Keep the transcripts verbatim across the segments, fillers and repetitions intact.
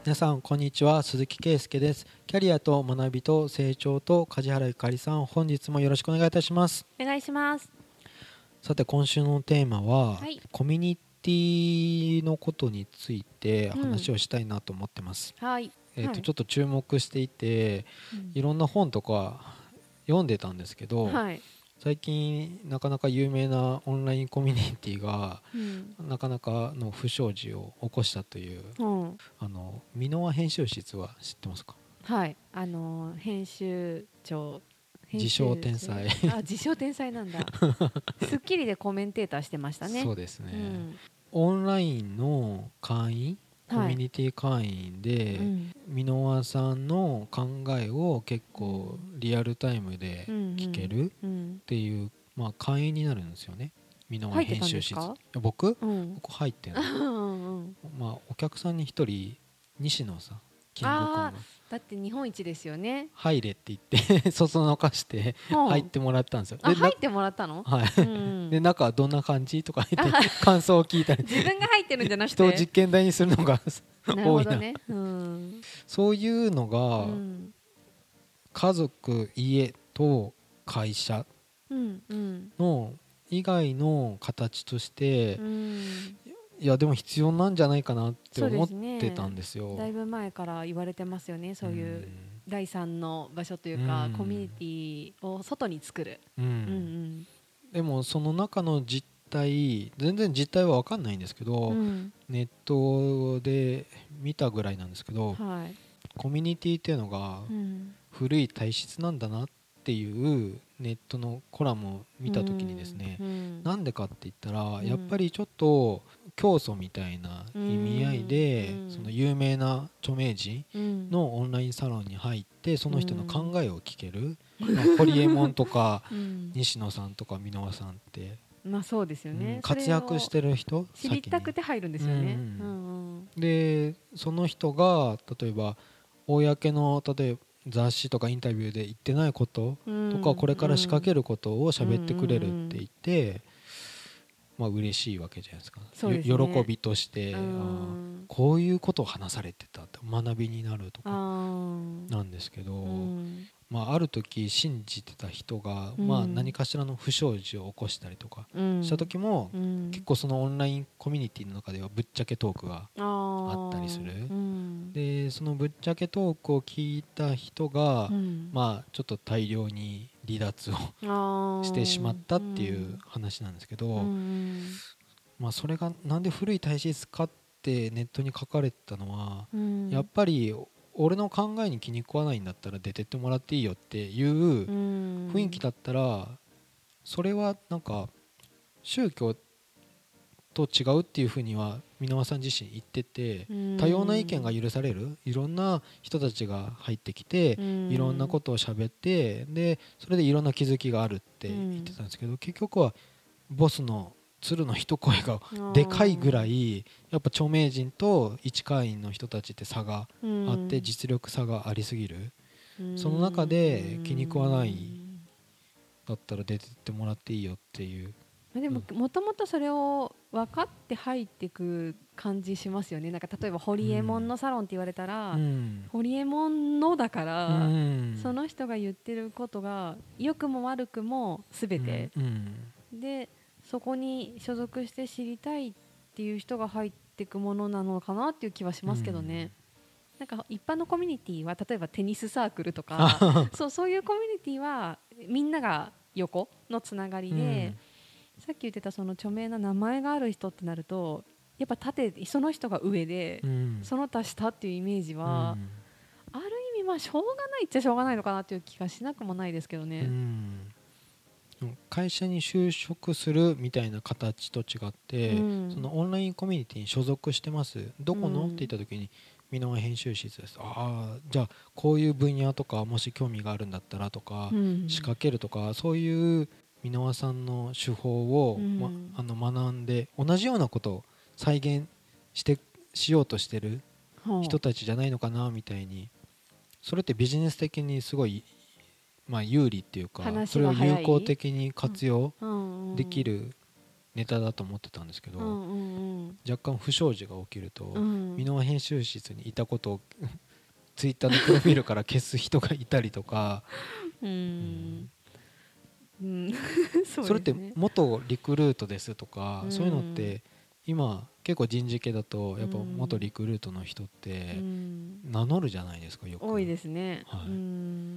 皆さんこんにちは、鈴木圭介です。キャリアと学びと成長と梶原ゆかりさん、本日もよろしくお願いいたします。 お願いします。 さて今週のテーマは、 はい、 コミュニティのことについてうん話をしたいなと思ってます。 はい、 えーとはいちょっと注目していて、 うんいろんな本とか読んでたんですけど、 はい、 最近なかなか有名なオンラインコミュニティがうんなかなかの不祥事を起こしたという、 うんあの箕輪編集室は知ってますか？ はい、あのー編集長、編自集称天才あ、自称天才なんだ。スッキリでコメンテーターしてましたね。 そうですね、 うんオンラインの会員、コはいミュニティ会員で、 うん箕輪さんの考えを結構リアルタイムで聞けるうんっていう、まあ、会員になるんですよね、箕輪入ってた編集室。 んですか？ いや僕うん僕入ってないうんうんまあお客さんに一人西野さん、キングコングあだって日本一ですよね。 入れって言ってそそのかしてうん入ってもらったんですよ。でなあ、入ってもらったの？ はいうんで中はどんな感じとか言って感想を聞いたり自分が入ってるんじゃなくて人を実験台にするのがなる多いな。 ほどね。うんそういうのがうん家族、家と会社うんうんの以外の形としてう、んいやでも必要なんじゃないかなってそうで思っすねてたんですよ。 だいぶ前から言われてますよね、そういう第三の場所というか、 うんコミュニティを外に作る、 うん、ううんんでもその中の実態、全然実態は分かんないんですけど、 うんうんネットで見たぐらいなんですけど、 はいコミュニティっていうのがうん古い体質なんだなっていうネットのコラムを見た時にですね、 うんなんでかって言ったら、 うんやっぱりちょっと教祖みたいな意味合いで、 うんその有名な著名人うんのオンラインサロンに入ってその人の考えを聞ける、まあホリエモンとかうん西野さんとか箕輪さんって、 まあそうですよね、 うん活躍してる人、 知りたくて入るんですよね、 ううんんうんでその人が例えば公の例えば雑誌とかインタビューで言ってないこととか、これから仕掛けることを喋ってくれるって言って、まあ嬉しいわけじゃないですか。 そうですね喜びとして、 うあんこういうことを話されてたって学びになるとかあーなんですけど、 うんまあ、ある時信じてた人が、 うんまあ、何かしらの不祥事を起こしたりとかうんした時も、 うん結構そのオンラインコミュニティの中ではぶっちゃけトークがあーあったりするうんで、そのぶっちゃけトークを聞いた人が、 うんまあ、ちょっと大量に離脱をあーしてしまったっていう話なんですけど、 うんまあ、それがなんで古い体質かってネットに書かれてたのは、 うんやっぱり俺の考えに気に食わないんだったら出てってもらっていいよっていううん雰囲気だったら、それはなんか宗教と違うっていうふうには箕輪さん自身言ってて、 うん多様な意見が許される、いろんな人たちが入ってきて、 うんいろんなことを喋って、でそれでいろんな気づきがあるって言ってたんですけど、結局はボスの鶴の一声がでかいぐらいやっぱ著名人と一会員の人たちって差があって、実力差がありすぎる。その中で気に食わないだったら出てってもらっていいよっていう。 でももともとそれを分かって入っていく感じしますよね。なんか例えばホリエモンのサロンって言われたら、 うんホリエモンのだから、 うんその人が言ってることが良くも悪くも全て、 うんでそこに所属して知りたいっていう人が入っていくものなのかなっていう気はしますけどね。なんか一般のコミュニティは例えばテニスサークルとかそう、そういうコミュニティはみんなが横のつながりで、さっき言ってたその著名な名前がある人ってなるとやっぱ縦その人が上で、 うんその他下っていうイメージは、 うんある意味まあしょうがないっちゃしょうがないのかなっていう気がしなくもないですけどうね。 ん会社に就職するみたいな形と違って、 うんそのオンラインコミュニティに所属してますどこの、 うんって言った時に箕輪編集室です。ああじゃあこういう分野とかもし興味があるんだったらとか、 うん仕掛けるとかそういう箕輪さんの手法を、 うんま、あの学んで同じようなことを再現してしようとしてる人たちじゃないのかなみたいに、それってビジネス的にすごい、まあ、有利っていうかそれを話が早い有効的に活用うんうんできるネタだと思ってたんですけど、 うんうんうん若干不祥事が起きると、 うん、 箕輪編集室にいたことをツイッターのプロフィールから消す人がいたりとか、 うんうんうん、そ, ね、 それって元リクルートですとか、 うん、 そういうのって今結構人事系だとやっぱ元リクルートの人って名乗るじゃないですか、よく。 多いですね、 はい、 うん、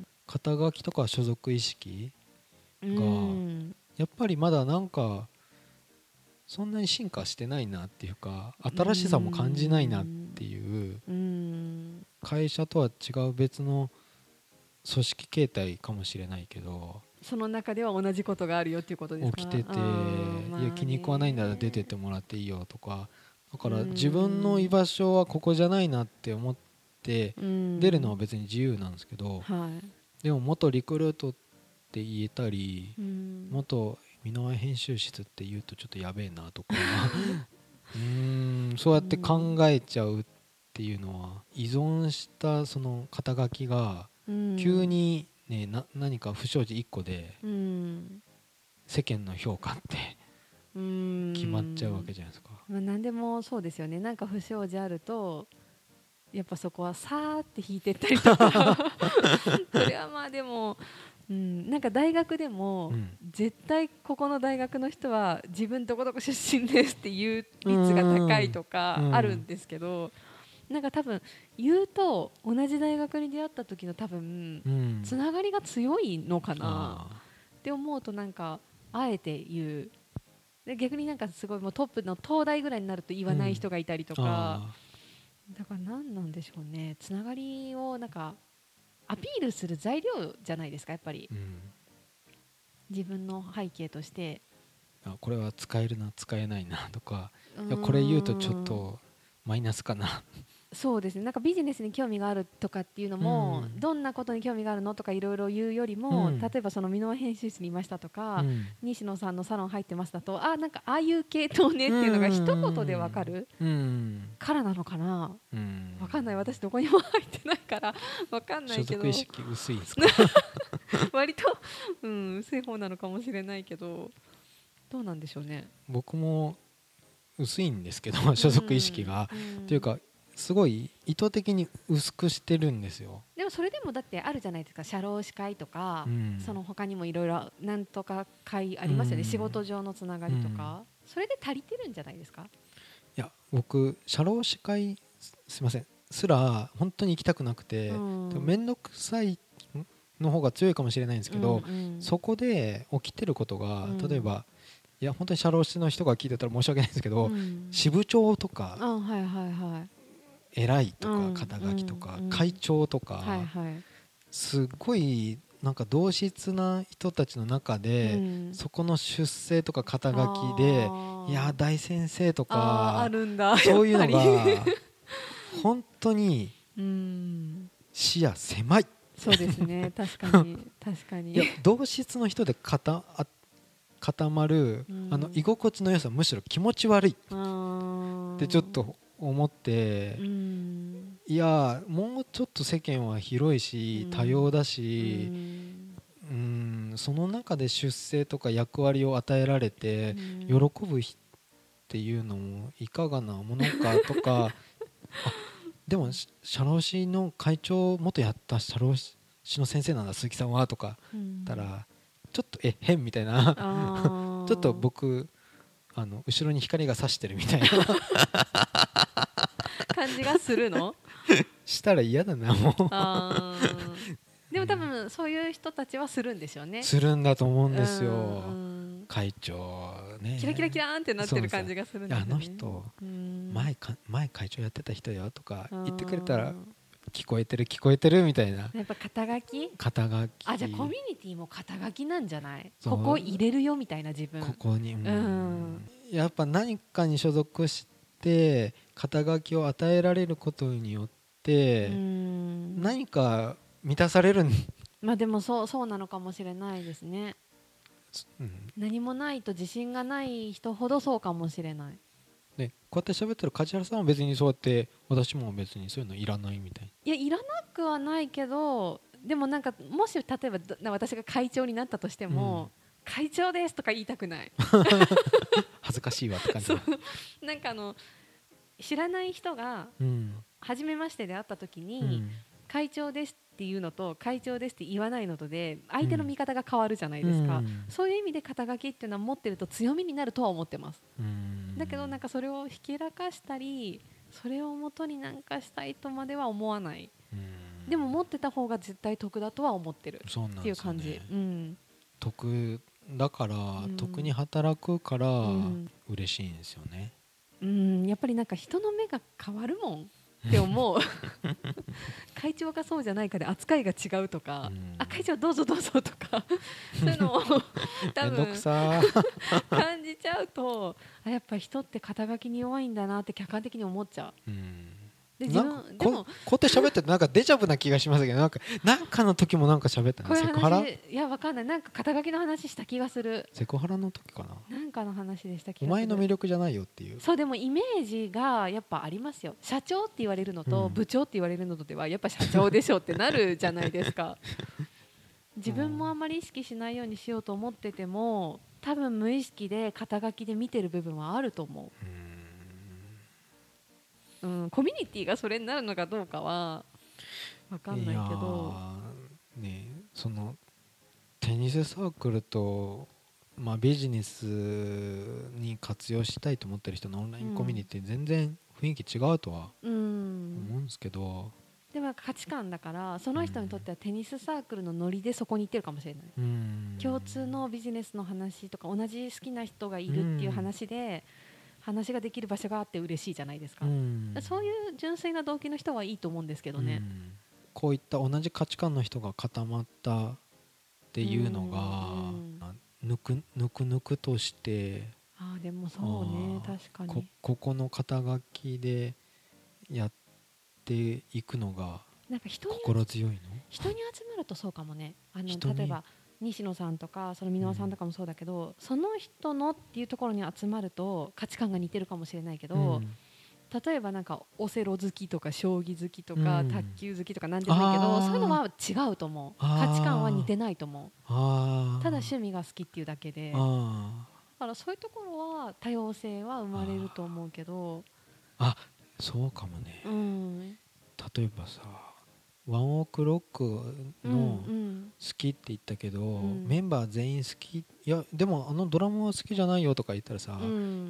肩書きとか所属意識がやっぱりまだなんかそんなに進化してないなっていうか、新しさも感じないなっていう、会社とは違う別の組織形態かもしれないけど、 その中では同じことがあるよっていうことですか。 起きてて、 まあ、 いや気に食わないなら出てってもらっていいよとか、だから自分の居場所はここじゃないなって思って出るのは別に自由なんですけど、 はい、 でも元リクルートって言えたり、元箕輪編集室って言うとちょっとやべえなとかうーん、そうやって考えちゃうっていうのは、依存したその肩書きが急にね、な何か不祥事いっこで世間の評価って決まっちゃうわけじゃないですか。 まあ、何でもそうですよね。なんか不祥事あるとやっぱそこはさーって引いてったりとかそれはまあでも、うん、なんか大学でも、うん、絶対ここの大学の人は自分どこどこ出身ですっていう率が高いとかあるんですけど、なんか多分言うと同じ大学に出会った時の多分、うん、つながりが強いのかなって思うと、なんかあえて言う。で逆になんかすごいもうトップの東大ぐらいになると言わない人がいたりとか、うん、だから何なんでしょうね。つながりをなんかアピールする材料じゃないですか、やっぱり、うん、自分の背景として、 あこれは使えるな使えないなとか、いやこれ言うとちょっとマイナスかなそうですね。なんかビジネスに興味があるとかっていうのも、うん、どんなことに興味があるのとかいろいろ言うよりも、うん、例えばその箕輪編集室にいましたとか、うん、西野さんのサロン入ってますだと、あなんかああいう系統ねっていうのが一言でわかるからなのかな、うん、わかんない。私どこにも入ってないからわかんないけど、 所属意識薄いですか割と、うん、薄い方なのかもしれないけど、どうなんでしょうね。 僕も薄いんですけど所属意識が、というかすごい意図的に薄くしてるんですよ。 でもそれでもだってあるじゃないですか、社労士会とか、うん、その他にもいろいろなんとか会ありますよね、うん、仕事上のつながりとか、うん、それで足りてるんじゃないですか。 いや僕社労士会すいませんすら本当に行きたくなくて、面倒くさいの方が強いかもしれないんですけど、うんうん、そこで起きてることが、うん、例えばいや本当に社労士の人が聞いてたら申し訳ないんですけど、うん、支部長とか、 はいはいはい、 偉いとか肩書きとか会長とか、すごいなんか同質な人たちの中で、そこの出世とか肩書きでいや大先生とかそういうのが本当に視野狭い。 そうですね、確かに確かに。 いや同質の人で固固まるあの居心地の良さむしろ気持ち悪いってちょっと思って、うん、いやもうちょっと世間は広いし多様だし、うん、うんその中で出世とか役割を与えられて喜ぶっていうのもいかがなものかとかあでも社労士の会長元やった社労士の先生なんだ鈴木さんはとか言ったらちょっとえ変みたいなちょっと僕あの後ろに光が差してるみたいな感じがするのしたら嫌だなもうあでも多分そういう人たちはするんでしょうね。 するんだと思うんですよ。会長ねキラキラキラーンってなってる感じがするんですよね。 あの人前か前会長やってた人よとか言ってくれたら聞こえてる聞こえてるみたいな。 やっぱ肩書き肩書きあじゃあコミュニティも肩書きなんじゃない。ここ入れるよみたいな自分ここに、うんうん、やっぱ何かに所属して肩書きを与えられることによってうん何か満たされるんまあでもそうそうなのかもしれないですね、うん、何もないと自信がない人ほどそうかもしれない。 ね、こうやって喋ってる梶原さんは別にそうやって私も別にそういうのいらないみたいな。 いやいらなくはないけどでもなんかもし例えば私が会長になったとしても、うん、 会長ですとか言いたくない恥ずかしいわって感じだ。 なんかあの知らない人が初めましてで会った時に、うん、会長ですっていうのと会長ですって言わないのとで相手の見方が変わるじゃないですか、うん、そういう意味で肩書きっていうのは持ってると強みになるとは思ってます、うん、だけどなんかそれをひけらかしたりそれを元になんかしたいとまでは思わない、うん、でも持ってた方が絶対得だとは思ってるっていう感じ、うん、 得だから、うん、得に働くから嬉しいんですよね、 うん、やっぱりなんか人の目が変わるもんって思う会長がそうじゃないかで扱いが違うとか、うん、あ会長どうぞどうぞとかそういうのを多分感じちゃうとあやっぱ人って肩書きに弱いんだなって客観的に思っちゃう、うんで自分でもこうやって喋っててなんかデジャブな気がしますけどなんかなんかの時もなんか喋ったね。セクハラ？いやわかんないなんか肩書きの話した気がする。 セクハラの時かな。 なんかの話でした気がする。 お前の魅力じゃないよっていう。 そうでもイメージがやっぱありますよ。社長って言われるのと、うん、部長って言われるのとではやっぱ社長でしょってなるじゃないですか。自分もあんまり意識しないようにしようと思ってても多分無意識で肩書きで見てる部分はあると思う。うんうん、コミュニティがそれになるのかどうかは分かんないけどいや、ね、そのテニスサークルと、まあ、ビジネスに活用したいと思ってる人のオンラインコミュニティ、うん、全然雰囲気違うとは思うんですけど、うん、 でも価値観だからその人にとってはテニスサークルのノリでそこに行ってるかもしれない、うん、共通のビジネスの話とか同じ好きな人がいるっていう話で、うん話ができる場所があって嬉しいじゃないですか、うん、そういう純粋な動機の人はいいと思うんですけどね、うん、 こういった同じ価値観の人が固まったっていうのが、うん、ぬくぬくぬくとしてあでもそうね確かにこ, ここの肩書きでやっていくのが心強いの人に集まるとそうかもねあの例えば西野さんとかその箕輪さんとかもそうだけど、うん、その人のっていうところに集まると価値観が似てるかもしれないけど、うん、例えばなんかオセロ好きとか将棋好きとか、うん、卓球好きとかなんでもいいけどそういうのは違うと思う価値観は似てないと思うただ趣味が好きっていうだけでだからそういうところは多様性は生まれると思うけどあそうかもね、うん、例えばさワンオクロックの好きって言ったけど、うん、メンバー全員好きいやでもあのドラムは好きじゃないよとか言ったらさ、うん、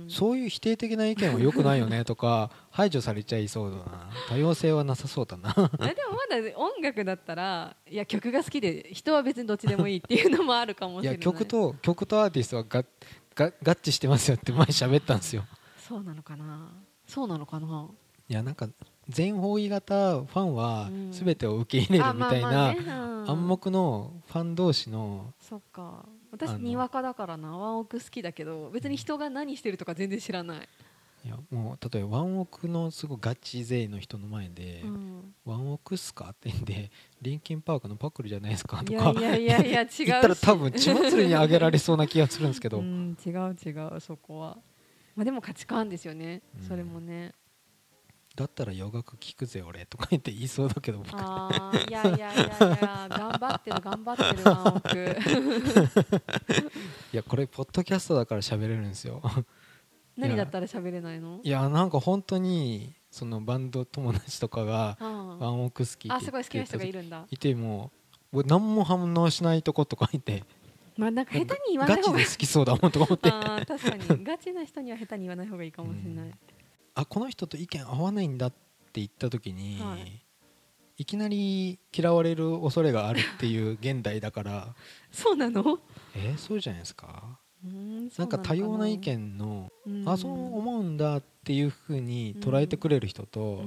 そういう否定的な意見は良くないよねとか排除されちゃいそうだな多様性はなさそうだなでもまだ音楽だったらいや曲が好きで人は別にどっちでもいいっていうのもあるかもしれないいや曲と曲とアーティストはがが合致してますよって前喋ったんですよそうなのかなそうなのかないやなんか全方位型ファンは全てを受け入れるみたいな暗黙のファン同士のそっか私にわかだからなワンオク好きだけど別に人が何してるとか全然知らないいやもう例えばワンオクのすごいガチ勢の人の前で、うん、ワンオクっすかって言ってリンキンパークのパクルじゃないですかとかいやいやいや違うし言ったら多分血祭りにあげられそうな気がするんですけど、うん、 違う違うそこは、まあ、でも価値観ですよね、うん、それもねだったら洋楽聴くぜ俺とか言って言いそうだけど僕あいやいやいやいや頑張ってる頑張ってるワンオクいやこれポッドキャストだから喋れるんですよ何だったら喋れないのいやなんか本当にそのバンド友達とかがワンオク好きってあすごい好きな人がいるんだいても何も反応しないとことかいてまあなんか下手に言わない方がガチで好きそうだもんとか思ってあ確かにガチな人には下手に言わない方がいいかもしれない、うんあこの人と意見合わないんだって言った時に、はい、いきなり嫌われる恐れがあるっていう現代だからそうなのえー、そうじゃないですかうんなんか多様な意見のあそう思うんだっていうふうに捉えてくれる人と、うん、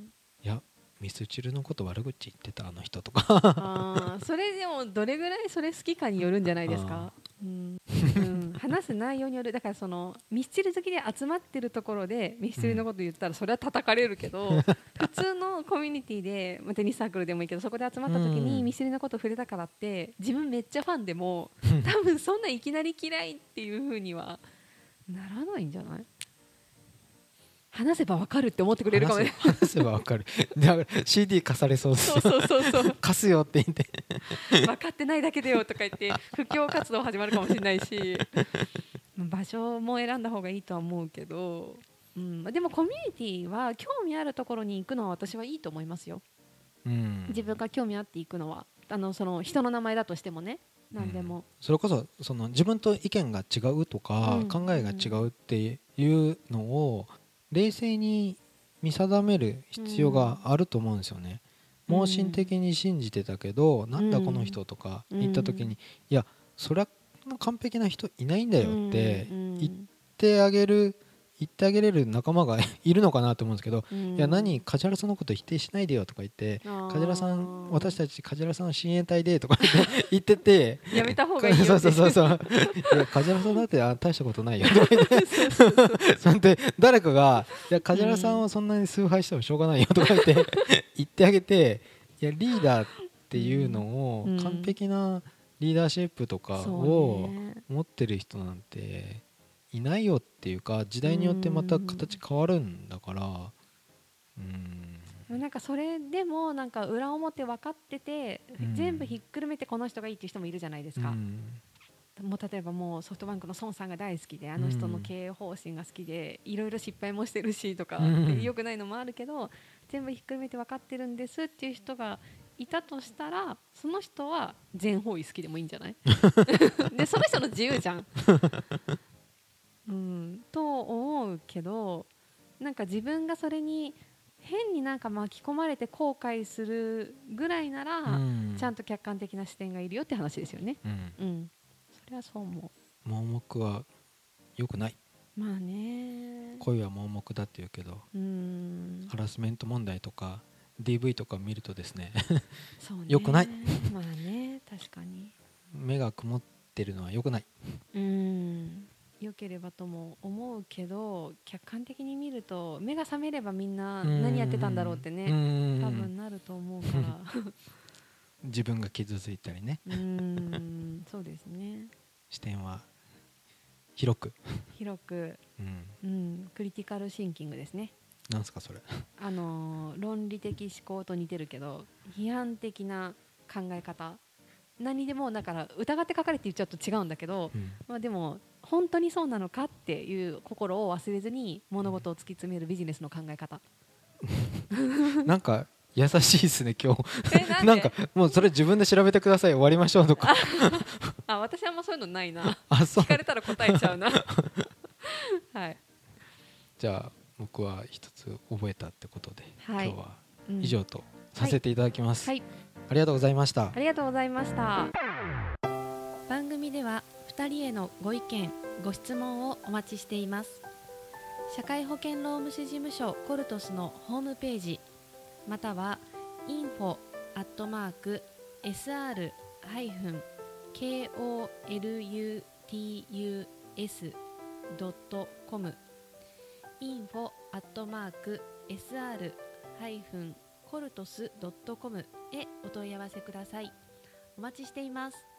いやミスチルのこと悪口言ってたあの人とかあそれでもどれぐらいそれ好きかによるんじゃないですか、うんうん、話す内容によるだからそのミスチル好きで集まってるところでミスチルのこと言ったらそれは叩かれるけど、うん、普通のコミュニティで、まあ、テニスサークルでもいいけどそこで集まった時にミスチルのこと触れたからって自分めっちゃファンでも多分そんないきなり嫌いっていう風にはならないんじゃない話せばわかるって思ってくれるかもね。 話せ話せばわかるだから シーディー 貸されそうですよ。 そうそうそうそう貸すよって言って分かってないだけでよとか言って布教活動始まるかもしれないし場所も選んだ方がいいとは思うけど、うん、でもコミュニティは興味あるところに行くのは私はいいと思いますよ、うん、自分が興味あって行くのはあのその人の名前だとしてもね、何でも、うん、 それこそ、その自分と意見が違うとか、うん、考えが違うっていうのを冷静に見定める必要があると思うんですよね、うん、盲信的に信じてたけど、うん、なんだこの人とか言った時に、うん、いやそりゃ完璧な人いないんだよって言ってあげる言ってあげれる仲間がいるのかなと思うんですけど、うん、いや何梶原さんのこと否定しないでよとか言って梶原さん私たち梶原さんは親衛隊でとか言っててやめた方がいいよってそうそうそうそういや梶原さんだってあ大したことないよとか言ってそんで誰かがいや梶原さんはそんなに崇拝してもしょうがないよとか言って言ってあげて、いやリーダーっていうのを完璧なリーダーシップとかを持ってる人なんていないよっていうか、時代によってまた形変わるんだから、 うんなんかそれでもなんか裏表分かってて、うん、全部ひっくるめてこの人がいいっていう人もいるじゃないですか、うん、もう例えばもうソフトバンクの孫さんが大好きであの人の経営方針が好きでいろいろ失敗もしてるしとか、うん、良くないのもあるけど全部ひっくるめて分かってるんですっていう人がいたとしたら、その人は全方位好きでもいいんじゃないでその人の自由じゃんうん、と思うけど、なんか自分がそれに変になんか巻き込まれて後悔するぐらいなら、うん、ちゃんと客観的な視点がいるよって話ですよね、うんうん、それはそう思う。盲目は良くない。 まあね、 恋は盲目だって言うけど、うん、ハラスメント問題とか ディーブイ とか見るとですねそうね良くない。 まあね、確かに目が曇ってるのは良くない。 うん良ければとも思うけど、客観的に見ると目が覚めればみんな何やってたんだろうってね、多分なると思うから自分が傷ついたりね、 うんそうですね、 視点は広く広く、うんうん、クリティカルシンキングですね。 なんすかそれあのー、論理的思考と似てるけど批判的な考え方、何でもだから疑って書かれて言っちゃうと違うんだけど、うんまあ、でも本当にそうなのかっていう心を忘れずに物事を突き詰めるビジネスの考え方なんか優しいですね今日なんかもうそれ自分で調べてください終わりましょうとかあ私はあんまそういうのないなあそう聞かれたら答えちゃうなはい、 じゃあ僕は一つ覚えたってことで、はい、今日は以上とさせていただきます、はいはい、ありがとうございました。 ありがとうございました。番組ではふたりへのご意見ご質問をお待ちしています。社会保険労務士事務所コルトスのホームページまたは インフォ アットマーク エスアール ケーオーエルユーティーユーエス ドットコム インフォ アットマーク エスアール コルトス ドットコム へお問い合わせください。お待ちしています。